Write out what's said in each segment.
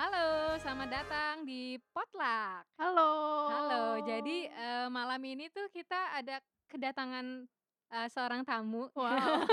Halo, selamat datang di Potluck. Halo. Halo, jadi, malam ini tuh kita ada kedatangan, seorang tamu. Wow.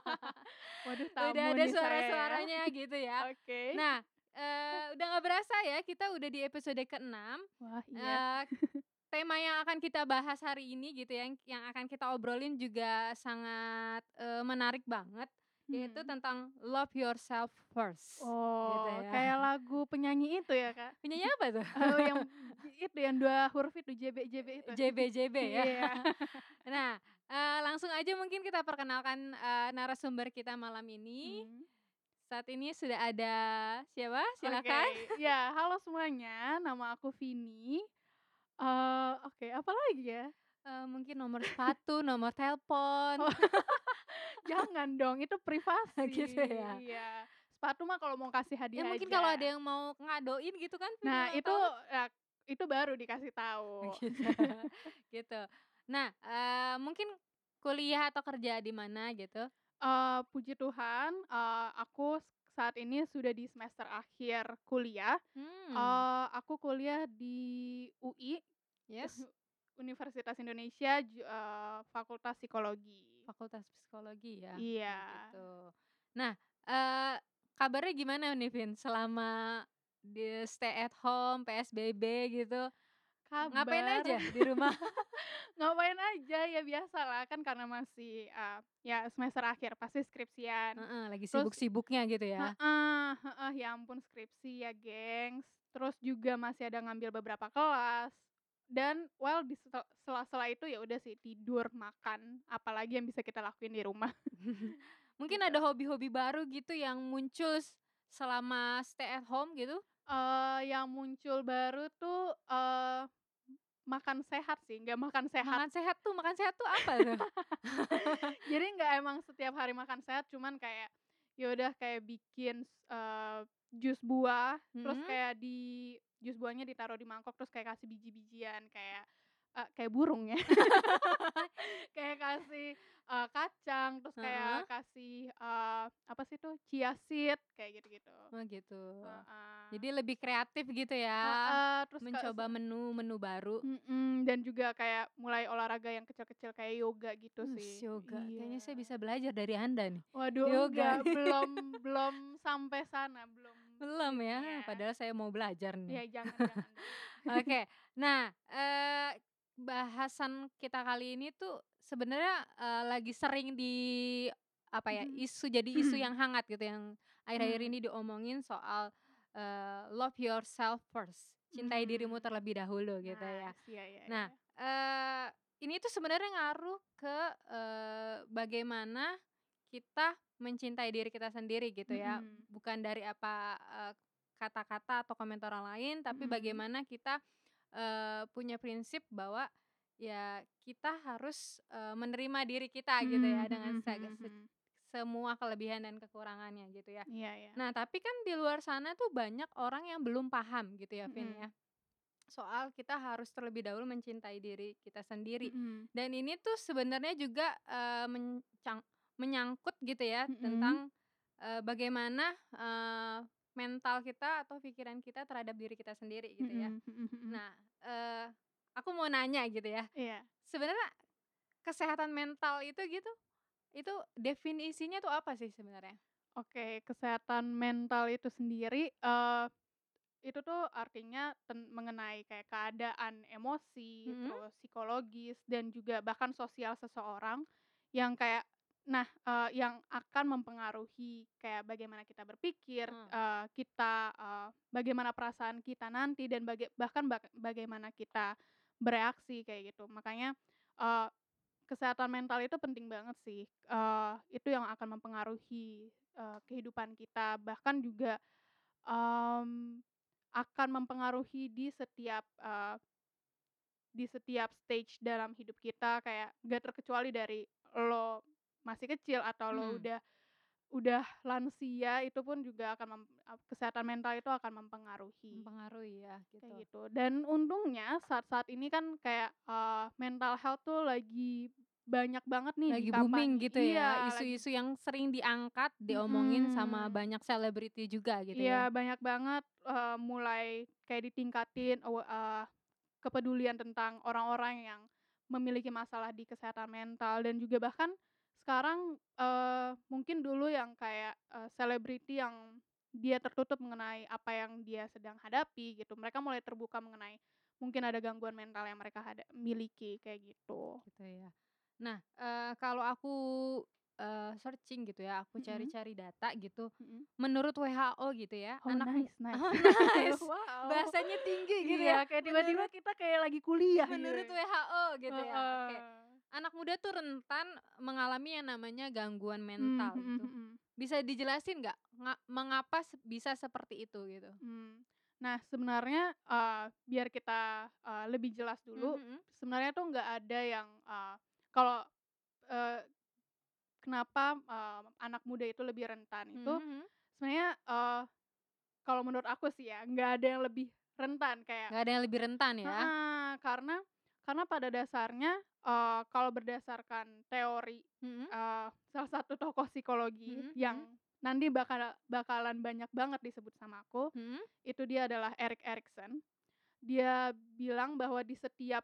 Waduh, Udah tamu ada nih saya ya. suara-suaranya gitu ya. Oke. Nah, udah nggak berasa ya kita udah di episode ke-6. Wah, iya. eee, Tema yang akan kita bahas hari ini gitu ya, yang akan kita obrolin juga sangat, menarik banget, yaitu Hmm. tentang love yourself first, gitu Oh, ya. kayak lagu penyanyi itu ya, Kak? Penyanyi apa tuh? Yang itu yang 2 huruf itu, JB itu. JB ya. Iya. Nah, langsung aja mungkin kita perkenalkan, narasumber kita malam ini. Mmm, Saat ini sudah ada siapa? oke. Silakan. Ya, halo semuanya, nama aku Vini. Oke, apalagi ya? Mungkin nomor sepatu, nomor telepon, Oh, jangan dong, itu privasi. gitu ya. Iya, sepatu mah kalau mau kasih Ya hadiah mungkin kalau ada aja. yang mau ngadoin gitu kan video Nah, ulang tahun. ya, itu baru dikasih tahu. Gitu, gitu. Nah, mungkin kuliah atau kerja di mana gitu? Puji Tuhan, saat ini sudah di semester akhir kuliah. Hmm, Aku kuliah di UI, yes, Universitas Indonesia, Fakultas Psikologi. Fakultas Psikologi ya, Iya. kayak gitu. Nah, eee, kabarnya gimana nih Vin selama di stay at home, PSBB gitu? Ngapain Kabar aja di rumah? ngapain aja, ya biasalah kan karena masih, ya semester akhir pasti skripsian. Heeh, lagi Terus sibuk-sibuknya gitu ya? heeh heeh, ya ampun skripsi ya, gengs. Terus juga masih ada ngambil beberapa kelas, dan di sela-sela itu ya udah sih tidur, makan, apalagi yang bisa kita lakuin di rumah, Mungkin gitu. ada hobi-hobi baru gitu yang muncul selama stay at home gitu? Yang muncul baru tuh, makan sehat sih, nggak makan sehat. Makan sehat tuh apa tuh? Jadi nggak emang setiap hari makan sehat, cuman kayak, ya udah kayak bikin, jus buah, terus Mhm. kayak jus buahnya ditaruh di mangkok, terus kayak kasih biji-bijian kayak burung ya. Kayak kasih, kacang, terus kayak Heeh. kasih, apa sih itu, chia seed, kayak gitu-gitu. Oh gitu. Heeh. Jadi lebih kreatif gitu ya, Heeh, terus mencoba menu-menu baru. dan juga kayak mulai olahraga yang kecil-kecil kayak yoga gitu sih. Yoga, kayaknya saya Iya. bisa belajar dari Anda nih, Waduh, yoga enggak, nih. belum sampai sana, belum Belum ya? ini ya. Padahal saya mau belajar nih. Ya jangan dong. Oke, nah, bahasan kita kali ini tuh sebenarnya, lagi sering apa ya, Mhm. jadi isu yang hangat gitu yang akhir-akhir Mmm, ini diomongin soal, love yourself first, cintai dirimu mmm. terlebih dahulu gitu ya. Nice, iya iya iya. Nah, ini tuh sebenarnya ngaruh ke, bagaimana kita mencintai diri kita sendiri gitu ya, Mhm, bukan dari apa, kata-kata atau komentar orang lain, tapi mhm, bagaimana kita, punya prinsip bahwa ya kita harus, menerima diri kita gitu ya mmm, dengan mhm mhm mhm. semua kelebihan dan kekurangannya gitu ya. Iya iya. Nah tapi kan di luar sana tuh banyak orang yang belum paham gitu ya Vin ya, Mhm, soal kita harus terlebih dahulu mencintai diri kita sendiri. mhm, Dan ini tuh sebenarnya juga, menyangkut gitu ya mhm, tentang, bagaimana, mental kita atau pikiran kita terhadap diri kita sendiri gitu ya. mhm mhm mhm. Nah, aku mau nanya gitu ya, Iya. sebenarnya kesehatan mental itu gitu, itu definisinya tuh apa sih sebenarnya? Oke, kesehatan mental itu sendiri, itu tuh artinya mengenai kayak keadaan emosi, Mhm, terus psikologis, dan juga bahkan sosial seseorang yang kayak yang akan mempengaruhi kayak bagaimana kita berpikir, heeh, bagaimana perasaan kita nanti, dan bahkan bagaimana kita bereaksi kayak gitu. Makanya, eee, kesehatan mental itu penting banget sih, itu yang akan mempengaruhi, kehidupan kita, bahkan juga, mmm akan mempengaruhi di setiap stage dalam hidup kita, kayak nggak terkecuali dari lo masih kecil atau lo mhm, udah lansia, itu pun juga akan kesehatan mental itu akan mempengaruhi, mempengaruhi ya gitu. kayak gitu. Dan untungnya saat-saat ini kan kayak, mental health tuh lagi banyak banget nih di Lagi booming kampanye, gitu ya, iya lagi isu-isu yang sering diangkat, diomongin sama mhm. banyak selebriti juga gitu ya? Iya banyak banget, mulai kayak ditingkatin kepedulian tentang orang-orang yang memiliki masalah di kesehatan mental dan juga bahkan sekarang, mungkin dulu yang kayak, selebriti yang dia tertutup mengenai apa yang dia sedang hadapi gitu, mereka mulai terbuka mengenai mungkin ada gangguan mental yang mereka miliki kayak gitu. Gitu ya. Nah, kalau aku, searching gitu ya, aku Mhm cari-cari data gitu, mhm. menurut WHO gitu ya, Oh nice nice. oh nice, Wow. bahasanya tinggi gitu ya, Iya kayak tiba-tiba menurut kita kayak lagi kuliah gitu menurut ya. WHO gitu ya, oke. Heeh. Anak muda tuh rentan mengalami yang namanya gangguan Mmm, mental mhm gitu. mhm. Bisa dijelasin nggak, mengapa bisa seperti itu gitu? Nah sebenarnya, biar kita, lebih jelas Mmm, dulu, mhm. sebenarnya tuh nggak ada yang, kalau, eee, kenapa, anak muda itu lebih rentan Mhm itu mhm. sebenarnya, kalau menurut aku sih ya, nggak ada yang lebih rentan kayak Nggak ada yang lebih rentan ya? heeh, karena pada dasarnya, kalau berdasarkan teori, Mhm. salah satu tokoh psikologi Mhm mhm. yang nanti bakalan banyak banget disebut sama aku, Mhm? itu dia adalah Erik Erikson. Dia bilang bahwa di setiap,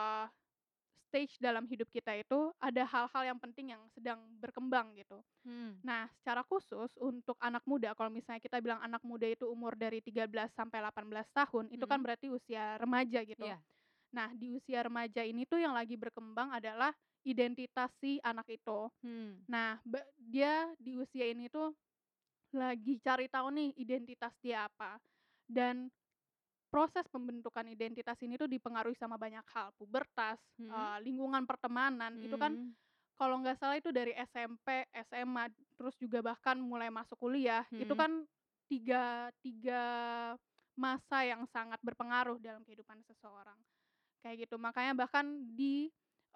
stage dalam hidup kita itu ada hal-hal yang penting yang sedang berkembang gitu. Mhm. Nah, secara khusus untuk anak muda, kalau misalnya kita bilang anak muda itu umur dari 13 sampai 18 tahun, itu kan Mhm. berarti usia remaja gitu. Iya. Nah, di usia remaja ini tuh yang lagi berkembang adalah identitas si anak itu. Hmm. Nah, dia di usia ini tuh lagi cari tahu nih identitas dia apa. Dan proses pembentukan identitas ini tuh dipengaruhi sama banyak hal, pubertas, Mhm. lingkungan pertemanan, itu kan Mhm. kalau nggak salah itu dari SMP, SMA, terus juga bahkan mulai masuk kuliah, itu Mhm. kan tiga tiga masa yang sangat berpengaruh dalam kehidupan seseorang. Kayak gitu, makanya bahkan di,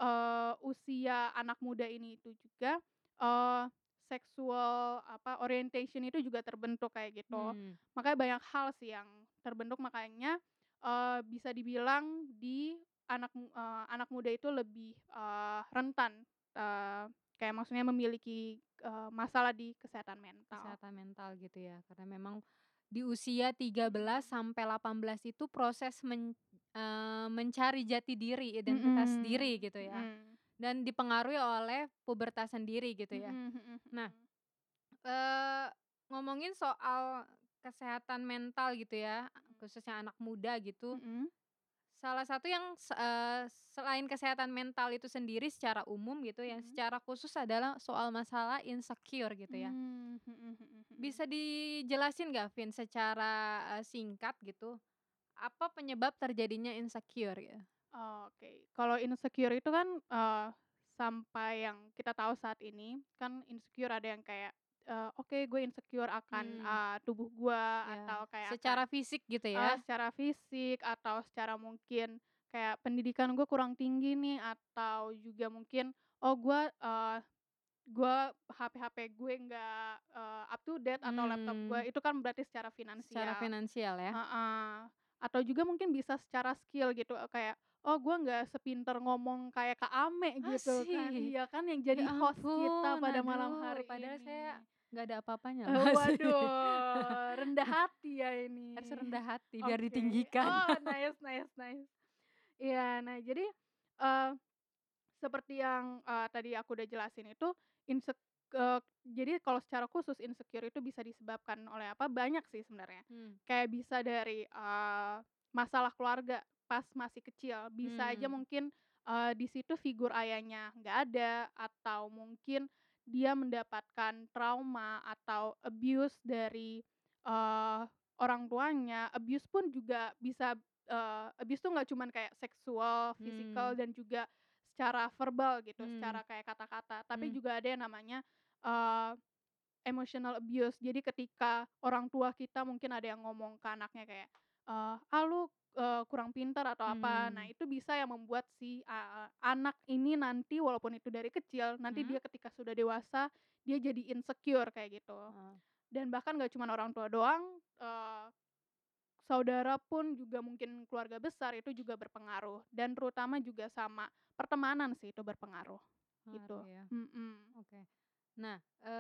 usia anak muda ini itu juga, eee, sexual orientation itu juga terbentuk kayak gitu. Mmm. Makanya banyak hal sih yang terbentuk makanya, bisa dibilang anak muda itu lebih, rentan, kayak maksudnya memiliki, masalah di kesehatan mental. Kesehatan mental gitu ya, karena memang di usia 13 Mhm. sampai 18 itu proses mencari jati diri, identitas diri Mhm gitu ya, mhm. dan dipengaruhi oleh pubertas sendiri gitu ya. Mhm mhm Nah, mhm. eee, ngomongin soal kesehatan mental gitu ya, Mhm. khususnya anak muda gitu, Mhm. salah satu yang selain kesehatan mental itu sendiri secara umum gitu yang Mhm. secara khusus adalah soal masalah insecure gitu ya. Mhm mhm mhm. Bisa dijelasin nggak, Vin, secara, singkat gitu, apa penyebab terjadinya insecure ya? Oke, kalau insecure itu kan, sampai yang kita tahu saat ini, kan insecure ada yang kayak, oke gue insecure akan, Mmm, tubuh gue ya, atau kayak akan, secara fisik gitu ya? secara fisik atau secara mungkin kayak pendidikan gue kurang tinggi nih atau juga mungkin, oh gue HP gue nggak, up to date atau laptop Mmm, gue itu kan berarti secara secara finansial. finansial ya? Heeh, atau juga mungkin bisa secara skill gitu, kayak, "Oh gue nggak sepinter ngomong kayak Kak Ame," gitu kan. Asik, Iya kan yang ya jadi host kita ampun, pada malam aduh, hari padahal saya ini. nggak ada apa-apanya loh asik. Waduh rendah hati ya Harus ini. rendah hati biar Oke, ditinggikan. oh nice nice nice. Iya, nah jadi, eee seperti yang, tadi aku udah jelasin itu jadi kalau secara khusus insecure itu bisa disebabkan oleh apa, banyak sih sebenarnya. Mmm. Kayak bisa dari, masalah keluarga pas masih kecil, bisa aja Mmm. mungkin, di situ figur ayahnya nggak ada, atau mungkin dia mendapatkan trauma atau abuse dari, eee, orang tuanya. Abuse pun juga bisa, abuse tuh nggak cuman kayak seksual, fisikal, Mmm. dan juga secara verbal gitu, Mmm. secara kayak kata-kata, tapi Mmm. juga ada yang namanya, eee, emotional abuse. Jadi ketika orang tua kita mungkin ada yang ngomong ke anaknya kayak, "Ah, lu, kurang pintar," atau apa. Nah, Mmm. itu bisa yang membuat si, anak ini nanti walaupun itu dari kecil, nanti Mhm? dia ketika sudah dewasa, dia jadi insecure kayak gitu. Heeh. Dan bahkan nggak cuman orang tua doang, saudara pun juga mungkin keluarga besar itu juga berpengaruh dan terutama juga sama pertemanan sih itu berpengaruh. gitu. Pengaruh ya, Mhm. oke. Nah,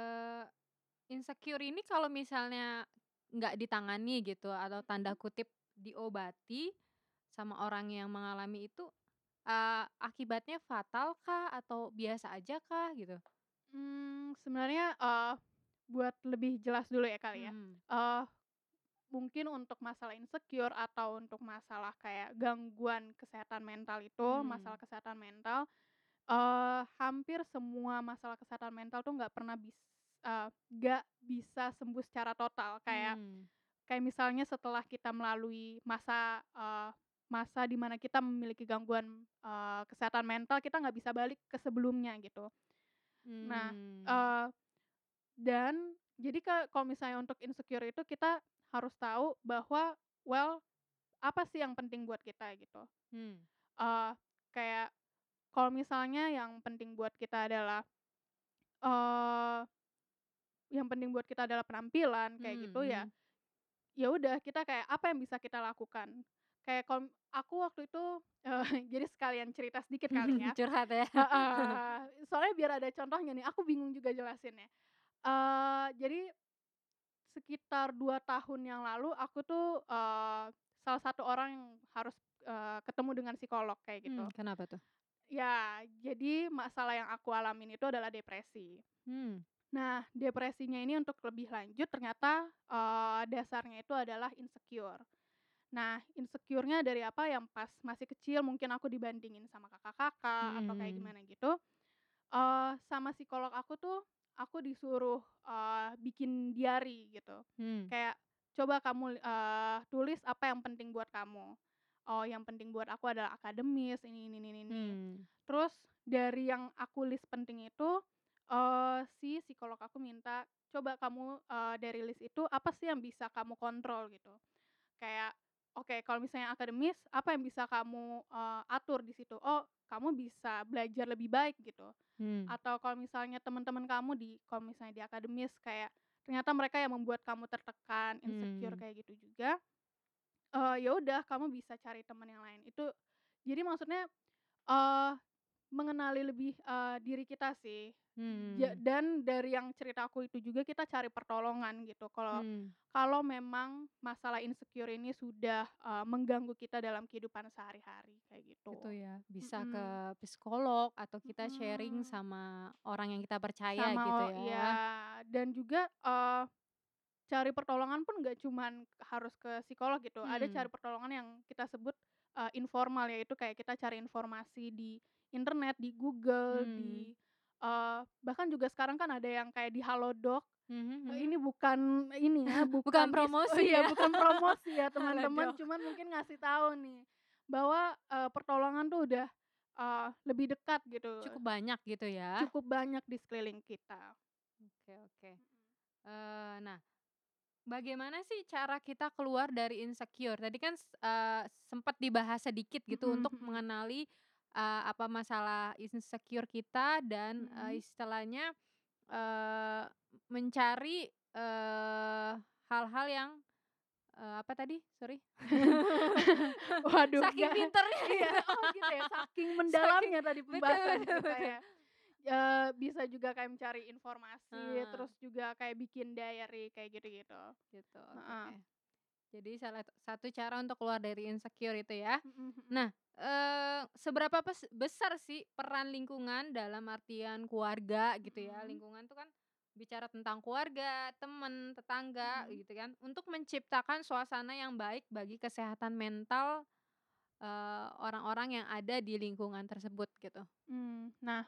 insecure ini kalau misalnya nggak ditangani gitu atau tanda Mhm. kutip "diobati" sama orang yang mengalami itu, akibatnya fatal kah atau biasa aja kah gitu? Sebenarnya, buat lebih jelas dulu ya kali ya, Mhm, eee, mungkin untuk masalah insecure atau untuk masalah kayak gangguan kesehatan mental itu, masalah mmm, kesehatan mental, hampir semua masalah kesehatan mental tuh nggak bisa sembuh secara total. Kayak mmm, kayak misalnya setelah kita melalui masa di mana kita memiliki gangguan, kesehatan mental, kita nggak bisa balik ke sebelumnya gitu. Nah, mmm, eee dan jadi kalau misalnya untuk insecure itu kita harus tahu bahwa, well, apa sih yang penting buat kita gitu. mmm, Eee, Kayak kalau misalnya yang penting buat kita adalah, eee, yang penting buat kita adalah penampilan kayak gitu ya, mhm, ya udah kita kayak apa yang bisa kita lakukan. Kayak aku waktu itu, jadi sekalian cerita sedikit kali mhm. ya. Curhat ya? Heeh, soalnya biar ada contohnya nih, aku bingung juga jelasinnya. Jadi sekitar 2 tahun yang lalu aku tuh, salah satu orang yang harus, ketemu dengan psikolog kayak gitu. Kenapa tuh? Ya, jadi masalah yang aku alamin itu adalah depresi. Mmm, Nah, depresinya ini untuk lebih lanjut ternyata, dasarnya itu adalah insecure. Nah, insecure-nya dari apa, yang pas masih kecil mungkin aku dibandingin sama kakak-kakak atau kayak mhm, gimana gitu, sama psikolog aku tuh, aku disuruh, bikin diary gitu. mmm, Kayak, "Coba kamu, tulis apa yang penting buat kamu." "Oh, yang penting buat aku adalah akademis, ini." mmm, Terus dari yang aku list penting itu, si psikolog aku minta, "Coba kamu, dari list itu apa sih yang bisa kamu kontrol?" Gitu. Kayak, oke kalau misalnya akademis, apa yang bisa kamu, atur di situ? Oh, kamu bisa belajar lebih baik gitu. mmm, Atau kalau misalnya teman-teman kamu kalau misalnya di akademis kayak ternyata mereka yang membuat kamu tertekan, insecure mmm, kayak gitu juga, ya udah kamu bisa cari teman yang lain. Itu jadi maksudnya, eee, mengenali lebih, diri kita sih. mhm, Dan dari yang cerita aku itu juga kita cari pertolongan gitu, kalau mmm. kalau memang masalah insecure ini sudah, mengganggu kita dalam kehidupan sehari-hari, kayak Gitu gitu. ya, bisa Mhm, ke psikolog atau kita sharing mhm. sama orang yang kita percaya gitu Iya, ya. dan juga, cari pertolongan pun nggak cuman harus ke psikolog gitu, ada cari Mmm, pertolongan yang kita sebut, informal, yaitu kayak kita cari informasi di internet, di Google, mmm, bahkan juga sekarang kan ada yang kayak di Halodoc. mhm mhm. Ini bukan ini ya, Bukan bukan oh promosi iya, ya. bukan promosi ya teman-teman, Halodoc. cuman mungkin ngasih tahu nih, bahwa, pertolongan tuh udah, lebih dekat gitu, Cukup banyak gitu ya. cukup banyak di sekeliling kita. Oke oke. Nah, bagaimana sih cara kita keluar dari insecure? Tadi kan sempet dibahas sedikit gitu Mhm untuk mhm. mengenali, apa masalah insecure kita dan, Mhm. istilahnya, mencari, hal-hal yang, apa tadi? Sorry. Waduh, Saking pinternya iya, gitu. oh gitu ya, saking Saking mendalamnya tadi betul pembahasan betul kita betul. ya. Bisa juga kayak mencari informasi, Heeh, terus juga kayak bikin diary kayak gitu-gitu. gitu, oke. Heeh. Jadi salah satu cara untuk keluar dari insecure itu ya. Mhm mhm. Nah, seberapa besar sih peran lingkungan dalam artian keluarga gitu ya, Mhm. lingkungan tuh kan bicara tentang keluarga, temen, tetangga Mhm. gitu kan, untuk menciptakan suasana yang baik bagi kesehatan mental, orang-orang yang ada di lingkungan tersebut gitu? Nah,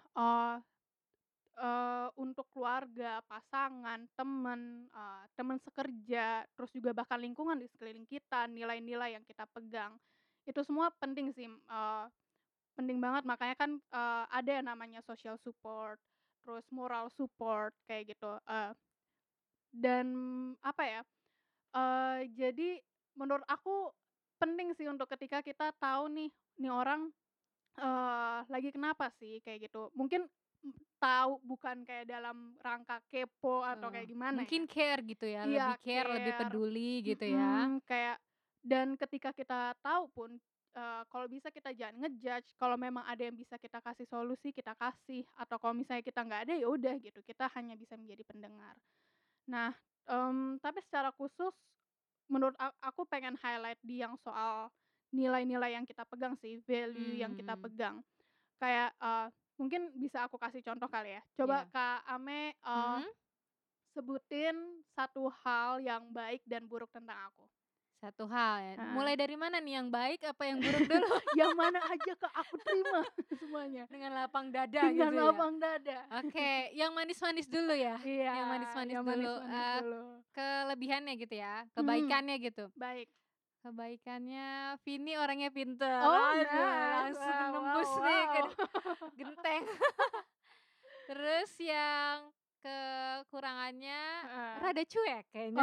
untuk keluarga, pasangan, temen, temen sekerja, terus juga bahkan lingkungan di sekeliling kita, nilai-nilai yang kita pegang, itu semua penting sih, penting banget. Makanya kan, ada yang namanya social support, terus moral support kayak gitu, dan apa ya, jadi menurut aku penting sih untuk ketika kita tahu nih orang, lagi kenapa sih kayak gitu. Mungkin, tahu bukan kayak dalam rangka kepo atau kayak gimana Mungkin ya. care gitu ya, Iya lebih care, lebih care, peduli gitu ya? kayak dan ketika kita tahu pun, kalau bisa kita jangan nge-judge, kalau memang ada yang bisa kita kasih solusi, kita kasih, atau kalau misalnya kita nggak ada, ya udah gitu, kita hanya bisa menjadi pendengar. Nah, tapi secara khusus menurut aku pengen highlight di yang soal nilai-nilai yang kita pegang sih, value yang kita Mmm, pegang. Kayak, mungkin bisa aku kasih contoh kali ya. Coba iya. Kak Ame, Mhm, sebutin satu hal yang baik dan buruk tentang aku. satu hal ya, Heeh. mulai dari mana nih, yang baik apa yang buruk dulu? Yang mana aja Kak, aku terima semuanya, Dengan lapang dada dengan gitu ya? lapang dada. Oke, yang manis-manis dulu ya? Iya, Yang manis-manis yang dulu, manis-manis dulu. kelebihannya gitu ya, Mhm, kebaikannya gitu? baik. Kebaikannya Vini orangnya pinter, Oh, aduh nice. langsung nembus Wow nih ke wow. genteng. Terus yang kekurangannya Heeh. rada cuek kayaknya. Oh,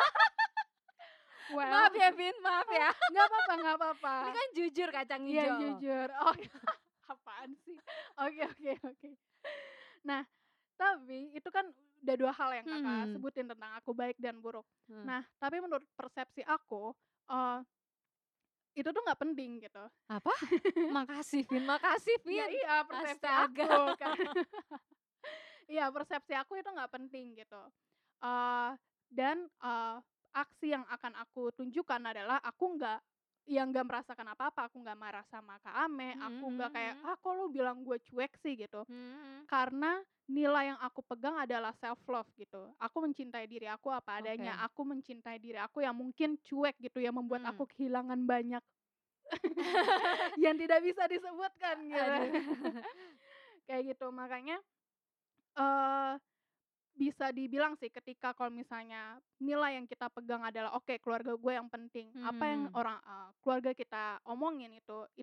well, Maaf ya Vin, maaf ya. nggak apa-apa nggak apa-apa. Ini kan jujur kacang Iya, ijo loh. jujur. Oh, apaan sih? Oke oke oke. Nah, tapi itu kan udah 2 hal yang Kakak Mhm, sebutin tentang aku, baik dan buruk. hmm. Nah, tapi menurut persepsi aku, eee, itu tuh nggak penting gitu. Apa? Makasih Vin, makasih Ya Vin. iya, persepsi Astaga. aku kan. Iya, persepsi aku itu nggak penting gitu. Eee, dan aksi yang akan aku tunjukkan adalah aku nggak merasakan apa-apa, aku nggak marah sama Kak Ame, Mhm aku nggak mhm kayak, mhm. "Ah, kok lu bilang gue cuek sih?" Gitu. Mhm. Karena nilai yang aku pegang adalah self love gitu. Aku mencintai diri aku apa adanya, Oke. aku mencintai diri aku yang mungkin cuek gitu, yang membuat Mmm. aku kehilangan banyak yang tidak bisa disebutkan gitu. Aduh. Kayak gitu, makanya, eee bisa dibilang sih ketika kalau misalnya nilai yang kita pegang adalah, "Oke, keluarga gue yang penting." Apa yang Mhm. keluarga kita omongin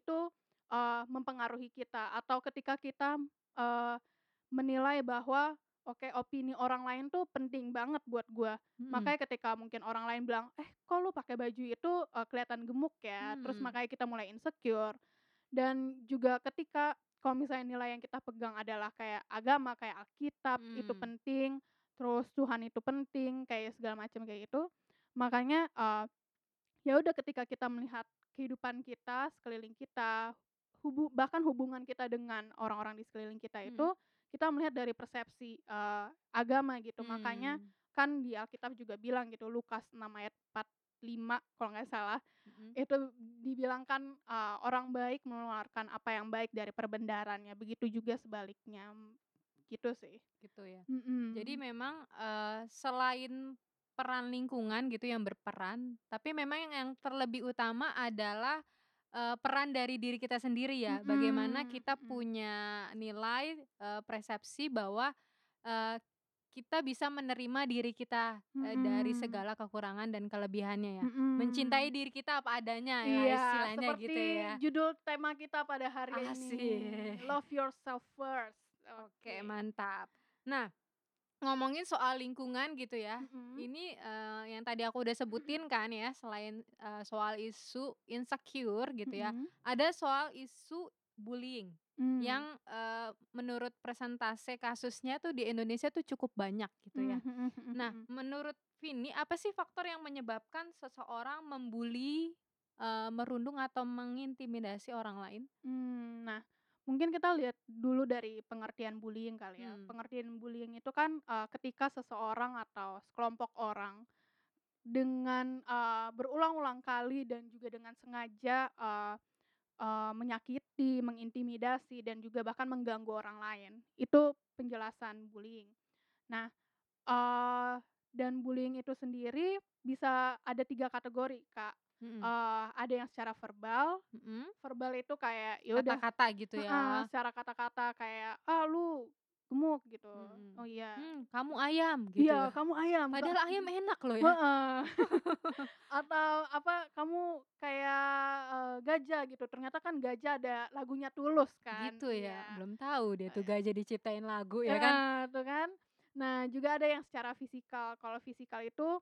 itu mempengaruhi kita atau ketika kita, eee, menilai bahwa, oke, opini orang lain tuh penting banget buat gue. Mhm. Makanya ketika mungkin orang lain bilang, "Eh, kok lu pakai baju itu, kelihatan gemuk ya?" Terus Mhm. makanya kita mulai insecure. Dan juga ketika kalau misalnya nilai yang kita pegang adalah kayak agama, kayak Alkitab itu Mhm. penting, terus Tuhan itu penting, kayak segala macam kayak gitu. Makanya, ya udah ketika kita melihat kehidupan kita, sekeliling kita, bahkan hubungan kita dengan orang-orang di sekeliling kita Mhm. itu, kita melihat dari persepsi, agama gitu. Makanya Mmm. kan di Alkitab juga bilang gitu, Lukas 6 ayat 45 kalau nggak salah, Mhm. itu dibilangkan, orang baik mengeluarkan apa yang baik dari perbendaharanya, begitu juga sebaliknya, gitu sih. Gitu ya. Jadi Mhm. memang, selain peran lingkungan gitu yang berperan, tapi memang yang terlebih utama adalah, peran dari diri kita sendiri ya. Bagaimana Mhm kita mhm. punya nilai, persepsi bahwa, eee, kita bisa menerima diri kita, dari Mhm. segala kekurangan dan kelebihannya ya. Mencintai Mhm. diri kita apa adanya ya Iya, istilahnya seperti gitu ya. judul tema kita pada hari ini, Asik. "Love Yourself First." Oke, Oke. mantap. Nah, ngomongin soal lingkungan gitu ya, Mhm. ini, yang tadi aku udah sebutin kan ya, selain, soal isu insecure gitu ya, Mhm. ada soal isu bullying Mmm. yang, menurut persentase kasusnya tuh di Indonesia tuh cukup banyak gitu Mmm, ya. mhm mhm Nah, mhm. menurut Vini, apa sih faktor yang menyebabkan seseorang membuli, merundung atau mengintimidasi orang lain? Nah, mungkin kita lihat dulu dari pengertian bullying kali ya. Mmm, Pengertian bullying itu kan, ketika seseorang atau sekelompok orang dengan, berulang-ulang kali dan juga dengan sengaja, menyakiti, mengintimidasi, dan juga bahkan mengganggu orang lain. Itu penjelasan bullying. Nah, Eee, dan bullying itu sendiri bisa ada 3 kategori, Kak. mhm Ada yang secara verbal, mhm, verbal itu kayak ya udah kata-kata gitu heeh, ya? secara kata-kata kayak, "Ah, lu gemuk," gitu. Mhm. "Oh iya." Kamu ayam gitu ya? "Iya, kamu ayam, Padahal ayam enak loh ya? heeh. Atau apa, "Kamu kayak, gajah," gitu, ternyata kan gajah ada lagunya Tulus kan. Gitu ya? Iya. Belum tahu deh tuh gajah diciptain lagu ya kan? Heeh, tuh kan. Nah, juga ada yang secara fisikal. Kalau fisikal itu,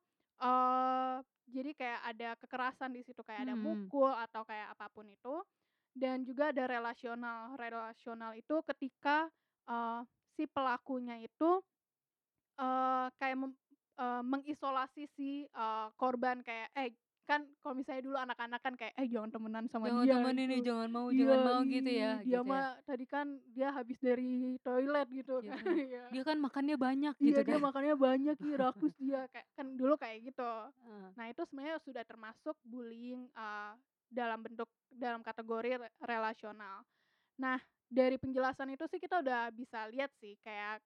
jadi kayak ada kekerasan di situ, kayak ada Mhm mukul atau kayak apapun itu. Dan juga ada relasional. Relasional itu ketika, si pelakunya itu, kayak mengisolasi si, korban kayak, kan kalau misalnya dulu anak-anak kan kayak, "Jangan temenan sama Jangan dia," temenin nih, gitu. jangan Iya, mau gitu "Ih, ya, dia gitu ya? mah tadi kan dia habis dari toilet," gitu kan. Gitu ya. Iya. Dia kan makannya banyak Iya, gitu dia kan. makannya banyak, ih rakus dia, kayak kan dulu kayak gitu. Heeh. Nah, itu sebenarnya sudah termasuk bullying, dalam kategori relasional. Nah, dari penjelasan itu sih kita udah bisa lihat sih kayak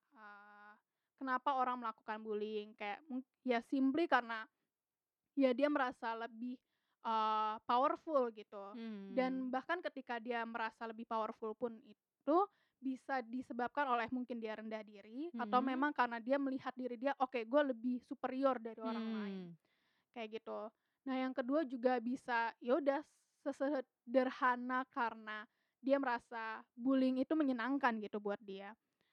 kenapa orang melakukan bullying, kayak ya simply karena ya dia merasa lebih, powerful gitu. Mhm. Dan bahkan ketika dia merasa lebih powerful pun itu bisa disebabkan oleh mungkin dia rendah diri atau Mhm. memang karena dia melihat diri dia, "Oke, gue lebih superior dari orang lain." Mmm. Kayak gitu. Nah, yang kedua juga bisa, ya udah sesederhana karena dia merasa bullying itu menyenangkan gitu buat dia.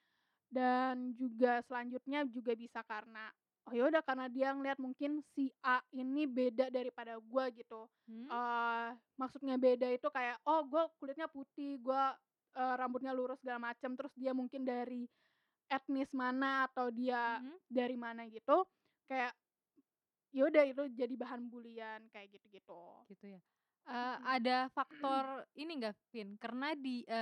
Dan juga selanjutnya juga bisa karena, oh ya udah karena dia ngelihat mungkin si A ini beda daripada gua gitu. Mmm. Maksudnya beda itu kayak, oh gua kulitnya putih, gua, rambutnya lurus segala macem, terus dia mungkin dari etnis mana atau dia Mhm. dari mana gitu, kayak ya udah itu jadi bahan bulian kayak gitu-gitu. Gitu ya. Mhm. Ada faktor ini nggak, Vin, karena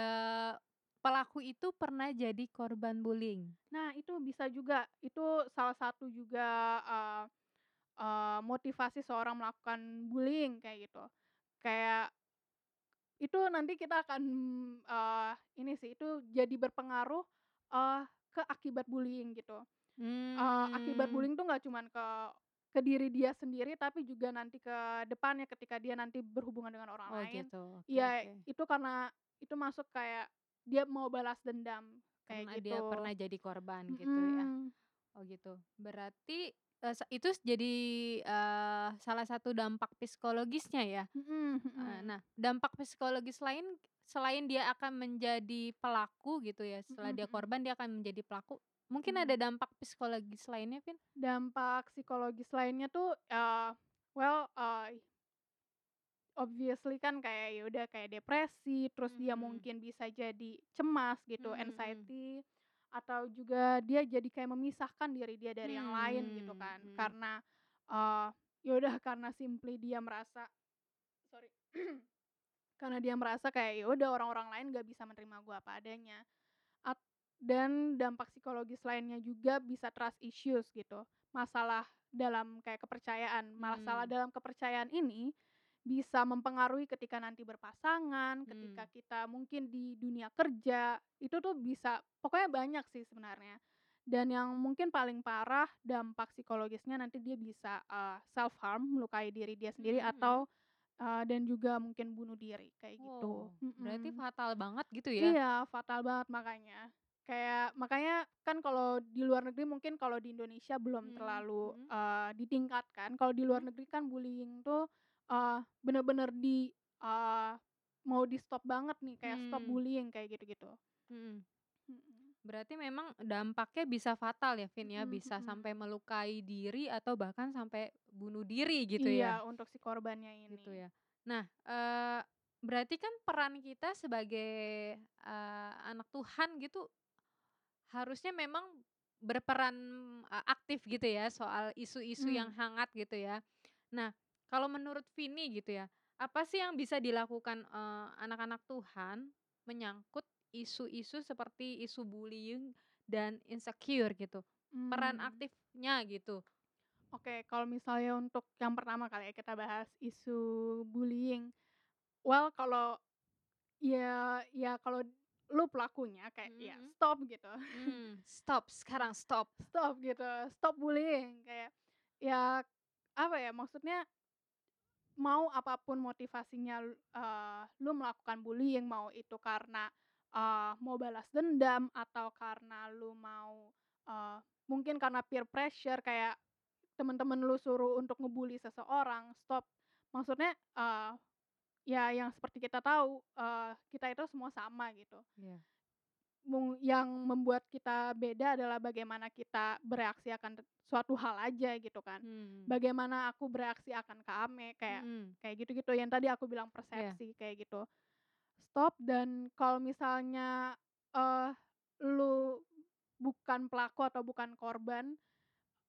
pelaku itu pernah jadi korban bullying? Nah, itu bisa juga, itu salah satu juga, eee motivasi seorang melakukan bullying kayak gitu. Kayak itu nanti kita akan, ini sih, itu jadi berpengaruh, ke akibat bullying gitu. Akibat Mmm. bullying tuh nggak cuman ke diri dia sendiri, tapi juga nanti ke depannya ketika dia nanti berhubungan dengan orang Oh lain. gitu, oke Iya, oke. itu karena itu masuk kayak dia mau balas dendam, Karena kayak dia gitu. pernah jadi korban gitu ya? Mhm. Oh gitu. Berarti, itu jadi, salah satu dampak psikologisnya ya? Mhm mhm. Nah, dampak psikologis lain selain dia akan menjadi pelaku gitu ya, setelah Mhm dia mhm. korban dia akan menjadi pelaku, mungkin ada Mhm. dampak psikologis lainnya, Vin? Dampak psikologis lainnya tuh, well, obviously kan kayak ya udah kayak depresi, terus dia Mhm. mungkin bisa jadi cemas gitu, Mhm mhm. anxiety, atau juga dia jadi kayak memisahkan diri dia dari yang lain gitu Mmm, kan. mhm. Karena, ya udah karena simply dia merasa sorry, karena dia merasa kayak ya udah orang-orang lain gak bisa menerima gua apa adanya. At dan dampak psikologis lainnya juga bisa trust issues gitu, masalah dalam kayak kepercayaan. Masalah Mmm. dalam kepercayaan ini bisa mempengaruhi ketika nanti berpasangan, ketika Mhm. kita mungkin di dunia kerja, itu tuh bisa pokoknya banyak sih sebenarnya. Dan yang mungkin paling parah dampak psikologisnya nanti dia bisa, self harm, melukai diri dia sendiri Mhm mhm. atau, dan juga mungkin bunuh diri kayak gitu, Oh, berarti mhm. fatal banget gitu ya? Iya, fatal banget makanya. Kayak makanya kan kalau di luar negeri mungkin kalau di Indonesia belum Mhm terlalu, mhm ditingkatkan. Kalau di luar mhm negeri kan bullying tuh, bener-bener mau di-stop banget nih, kayak stop mmm, bullying kayak gitu-gitu. mhm. Mhm. Berarti memang dampaknya bisa fatal ya, Vin, ya? Mhm Bisa mhm. sampai melukai diri atau bahkan sampai bunuh diri gitu Iya, ya? untuk si korbannya ini. Gitu ya. Nah, berarti kan peran kita sebagai, anak Tuhan gitu harusnya memang berperan, aktif gitu ya soal isu-isu yang Mmm. hangat gitu ya. Nah, kalau menurut Vini gitu ya, apa sih yang bisa dilakukan, anak-anak Tuhan menyangkut isu-isu seperti isu bullying dan insecure gitu? Peran Mmm. aktifnya gitu. Oke, kalau misalnya untuk yang pertama kali ya kita bahas isu bullying. Well, kalau ya kalau lu pelakunya kayak ya Mhm stop gitu. mhm. Stop, sekarang stop. Stop gitu, stop bullying kayak ya apa ya, maksudnya mau apapun motivasinya, lu melakukan bullying, mau itu karena, mau balas dendam atau karena lu mau, mungkin karena peer pressure kayak temen-temen lu suruh untuk ngebully seseorang, stop. Maksudnya, ya yang seperti kita tahu, kita itu semua sama gitu. Iya. Yang membuat kita beda adalah bagaimana kita bereaksi akan suatu hal aja gitu kan. Mhm. Bagaimana aku bereaksi akan Kak Ame, kayak Mhm. kayak gitu-gitu yang tadi aku bilang Iya. persepsi kayak gitu. Stop dan kalau misalnya, eee, lu bukan pelaku atau bukan korban,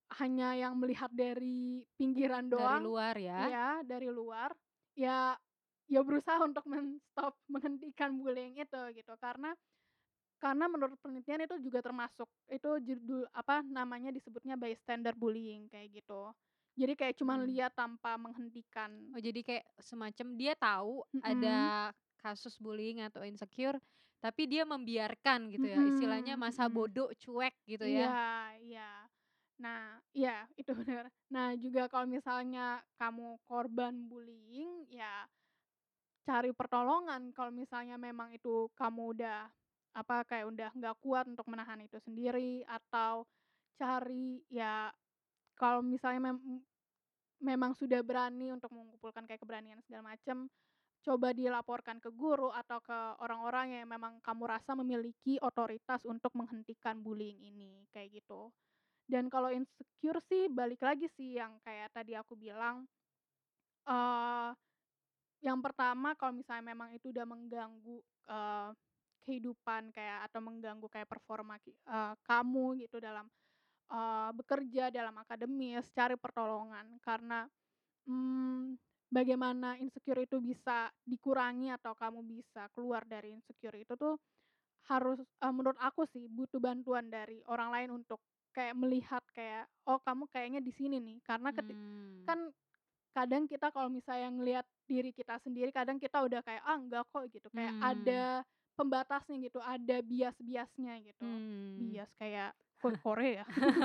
hanya yang melihat dari pinggiran Dari doang, luar ya? ya dari luar, ya ya berusaha untuk menghentikan bullying itu gitu. Karena menurut penelitian itu juga termasuk itu judul apa namanya, disebutnya bystander bullying kayak gitu. Jadi kayak cuman Mhm. lihat tanpa menghentikan. Oh, jadi kayak semacam dia tahu Mhm, ada kasus bullying atau insecure, tapi dia membiarkan gitu ya, istilahnya mhm, masa mhm. bodoh, cuek gitu Iya, ya? iya. Nah, iya itu bener. Nah juga kalau misalnya kamu korban bullying, ya cari pertolongan kalau misalnya memang itu kamu udah, apa, kayak udah nggak kuat untuk menahan itu sendiri, atau cari ya kalau misalnya memang sudah berani untuk mengumpulkan kayak keberanian segala macam, coba dilaporkan ke guru atau ke orang-orang yang memang kamu rasa memiliki otoritas untuk menghentikan bullying ini, kayak gitu. Dan kalau insecure sih balik lagi sih yang kayak tadi aku bilang, eee, yang pertama kalau misalnya memang itu udah mengganggu, kehidupan kayak atau mengganggu kayak performa kamu gitu dalam, bekerja, dalam akademis, cari pertolongan. Karena, bagaimana insecure itu bisa dikurangi atau kamu bisa keluar dari insecure itu tuh harus, menurut aku sih butuh bantuan dari orang lain untuk kayak melihat kayak, "Oh kamu kayaknya di sini nih." Karena Mmm, kan kadang kita kalau misalnya ngelihat diri kita sendiri kadang kita udah kayak, "Ah enggak kok," gitu, kayak mmm, ada pembatasnya gitu, ada bias-biasnya gitu. mmm. Bias kayak Korea.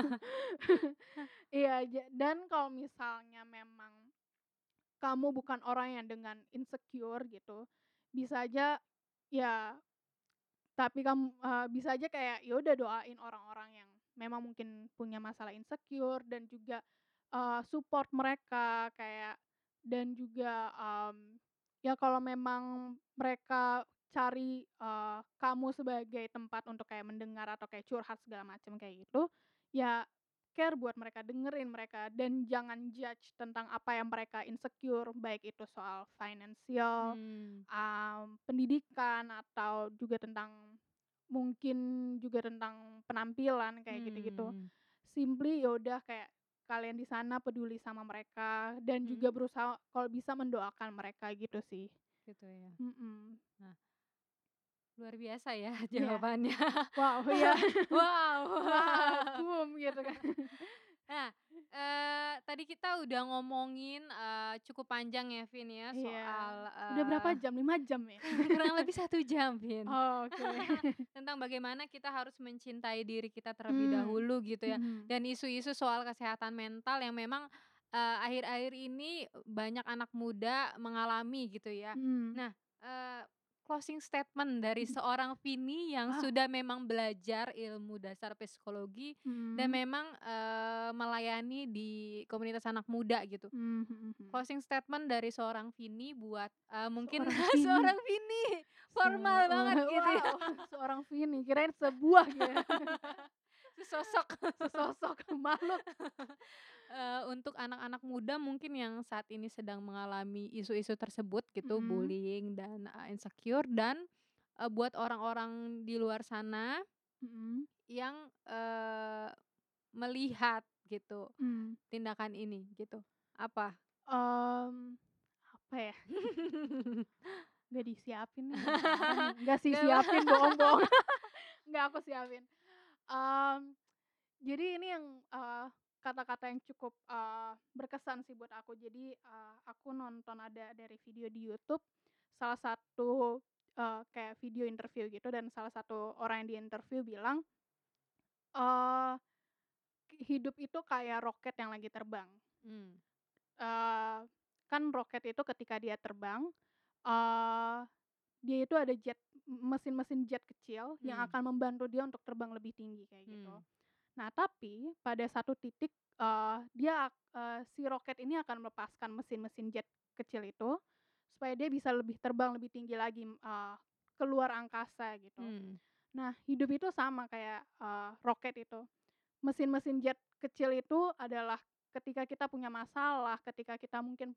Iya, dan kalau misalnya memang kamu bukan orang yang dengan insecure gitu, bisa aja ya tapi bisa aja kayak ya udah doain orang-orang yang memang mungkin punya masalah insecure dan juga, support mereka kayak dan juga, ya kalau memang mereka cari, kamu sebagai tempat untuk kayak mendengar atau kayak curhat segala macam kayak gitu, ya care buat mereka, dengerin mereka dan jangan judge tentang apa yang mereka insecure, baik itu soal finansial, Mmm, pendidikan atau juga tentang mungkin juga tentang penampilan kayak gitu-gitu. mhm, Simply ya udah kayak kalian di sana peduli sama mereka dan mhm, juga berusaha kalau bisa mendoakan mereka gitu sih. gitu ya. Mhm, Nah, luar biasa ya iya. jawabannya. Wow, iya. Wow, Wow. boom gitu kan. Nah, tadi kita udah ngomongin, cukup panjang ya, Vin, ya, Iya. soal, Udah berapa jam? 5 jam ya? kurang lebih 1 jam, Vin. Oke. Tentang bagaimana kita harus mencintai diri kita terlebih Mmm, dahulu gitu ya, mhm, dan isu-isu soal kesehatan mental yang memang, akhir-akhir ini banyak anak muda mengalami gitu ya. mhm, Nah, closing statement dari mhm. seorang Vini yang Ah, sudah memang belajar ilmu dasar psikologi dan mhm, memang, melayani di komunitas anak muda gitu. mhm, mhm, mhm. Closing statement dari seorang Vini buat, mungkin Seorang Vini. seorang Vini, formal banget gitu ya. Wow, seorang Vini, kirain sebuah gitu ya. Sesosok, Sesosok makhluk. untuk anak-anak muda mungkin yang saat ini sedang mengalami isu-isu tersebut gitu, Mhm, bullying dan, insecure dan, buat orang-orang di luar sana mhm, yang, melihat gitu mmm, tindakan ini gitu. Apa? mmm, apa ya, nggak disiapin nih gimana nih, nggak sih Nggak siapin, apa bohong bohong, nggak aku siapin. Mmm, jadi ini yang, kata-kata yang cukup, berkesan sih buat aku. Jadi, aku nonton ada dari video di YouTube, salah satu, kayak video interview gitu dan salah satu orang yang diinterview bilang, eee, hidup itu kayak roket yang lagi terbang. Mmm, Eee, kan roket itu ketika dia terbang, eee, dia itu ada mesin-mesin jet kecil yang mmm, akan membantu dia untuk terbang lebih tinggi kayak gitu. mmm, Nah, tapi pada satu titik, si roket ini akan melepaskan mesin-mesin jet kecil itu, supaya dia bisa terbang lebih tinggi lagi, keluar angkasa gitu. mmm, Nah, hidup itu sama kayak, roket itu. Mesin-mesin jet kecil itu adalah ketika kita punya masalah, ketika kita mungkin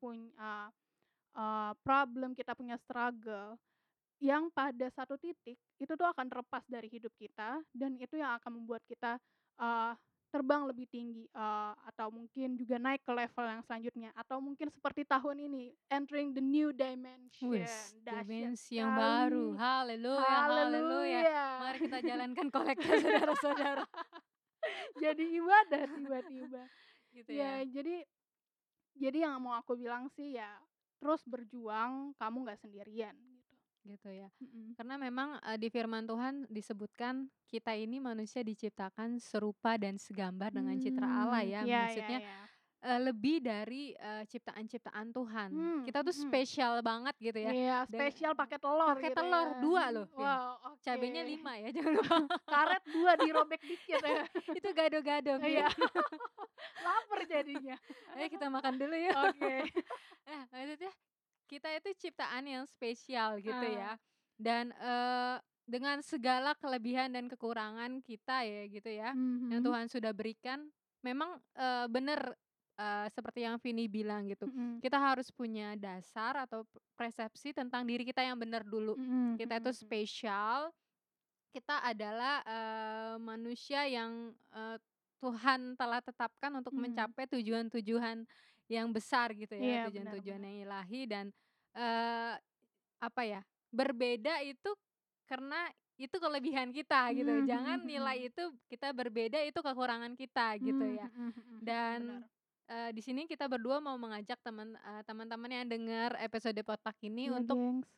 problem, kita punya struggle, yang pada satu titik itu tuh akan terlepas dari hidup kita dan itu yang akan membuat kita, eee terbang lebih tinggi, atau mungkin juga naik ke level yang selanjutnya, atau mungkin seperti tahun ini, entering the new dimension, Wis, dahsyat dimensi yang baru. sekali, Haleluya haleluya. haleluya. Mari kita jalankan kolektor saudara-saudara. Jadi ibadah tiba-tiba. Gitu Ya, ya? jadi yang mau aku bilang sih ya, terus berjuang, kamu nggak sendirian gitu. Gitu ya. Mhm. Karena memang, di firman Tuhan disebutkan kita ini manusia diciptakan serupa dan segambar dengan citra Allah ya. Iya iya Maksudnya, iya. lebih dari, ciptaan-ciptaan Tuhan. Kita tuh Mhm. spesial banget gitu ya. Iya, spesial pakai telur Pakai gitu ya. telur 2 loh, Vin. Wow, oke. Cabenya 5 ya, jangan lupa. Karet 2 dirobek dikit ya. Itu gado-gado, Vin. Iya, laper jadinya. Ayo kita makan dulu yuk. Oke. Maksudnya kita itu ciptaan yang spesial gitu Heeh. ya. Dan, dengan segala kelebihan dan kekurangan kita ya gitu ya, yang Mhm. Tuhan sudah berikan, memang, bener, seperti yang Vini bilang gitu, Mhm. kita harus punya dasar atau persepsi tentang diri kita yang benar dulu. Mhm Kita itu mhm mhm. spesial, kita adalah, manusia yang, Tuhan telah tetapkan untuk Mhm. mencapai tujuan-tujuan yang besar gitu ya, Iya, benar tujuan-tujuan benar. yang ilahi dan, eee, apa ya, berbeda itu karena itu kelebihan kita gitu, Mhm mhm jangan mhm. nilai itu kita berbeda itu kekurangan kita gitu Mmm, ya. mhm mhm mhm, benar. Dan, di sini kita berdua mau mengajak teman-teman yang dengar episode Potluck ini Iya, untuk gengs.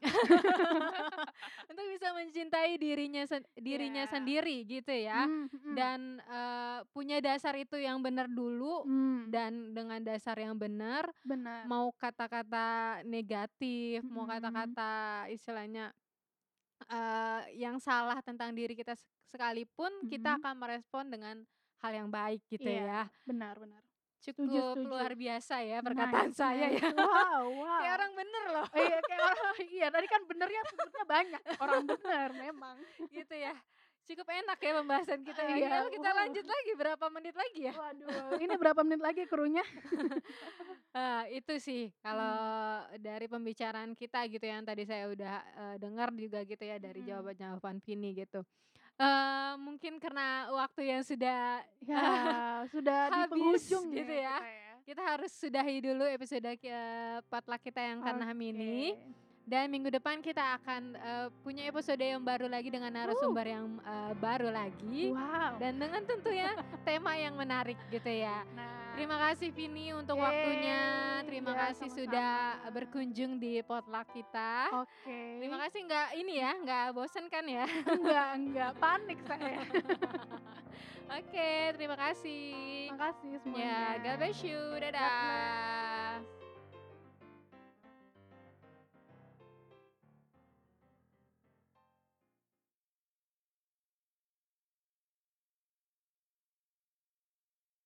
untuk bisa mencintai dirinya Iya. sendiri gitu ya, Mhm. dan, punya dasar itu yang benar dulu, Mmm, dan dengan dasar yang benar, benar. mau kata-kata negatif, mau Mhm. kata-kata istilahnya, yang salah tentang diri kita sekalipun, kita Mhm. akan merespon dengan hal yang baik gitu Iya, ya. benar benar. Setuju Cukup setuju. luar biasa ya perkataan Nice saya nice. ya. Wow Kayak wow. orang bener loh, Iya, kayak orang iya, tadi kan benernya sebutnya banyak, orang bener memang. gitu ya. Cukup enak ya pembahasan kita kali ini. Iya, Ayo kita wow. lanjut lagi, berapa menit lagi ya? Waduh, ini berapa menit lagi krunya? Itu sih kalau Mhm. dari pembicaraan kita gitu yang tadi saya udah, dengar juga gitu ya dari Mhm. jawaban-jawaban Vini gitu. Mungkin karena waktu yang sudah, Ya, sudah di habis penghujung gitu ya ya, kita ya. kita harus sudahi dulu episode potluck kita yang ke-6 Oke. ini. Dan minggu depan kita akan, punya episode yang baru lagi dengan Uh, narasumber yang, baru lagi, wow. dan dengan tentunya tema yang menarik gitu ya. Nah, Terima kasih Vini untuk waktunya, terima iya kasih sama-sama. sudah berkunjung di potluck kita. Oke. Terima kasih nggak ini ya, nggak bosen kan ya? Enggak, panik saya. Oke, terima kasih. Makasih Ya, semuanya. God bless you, God bless. dadah.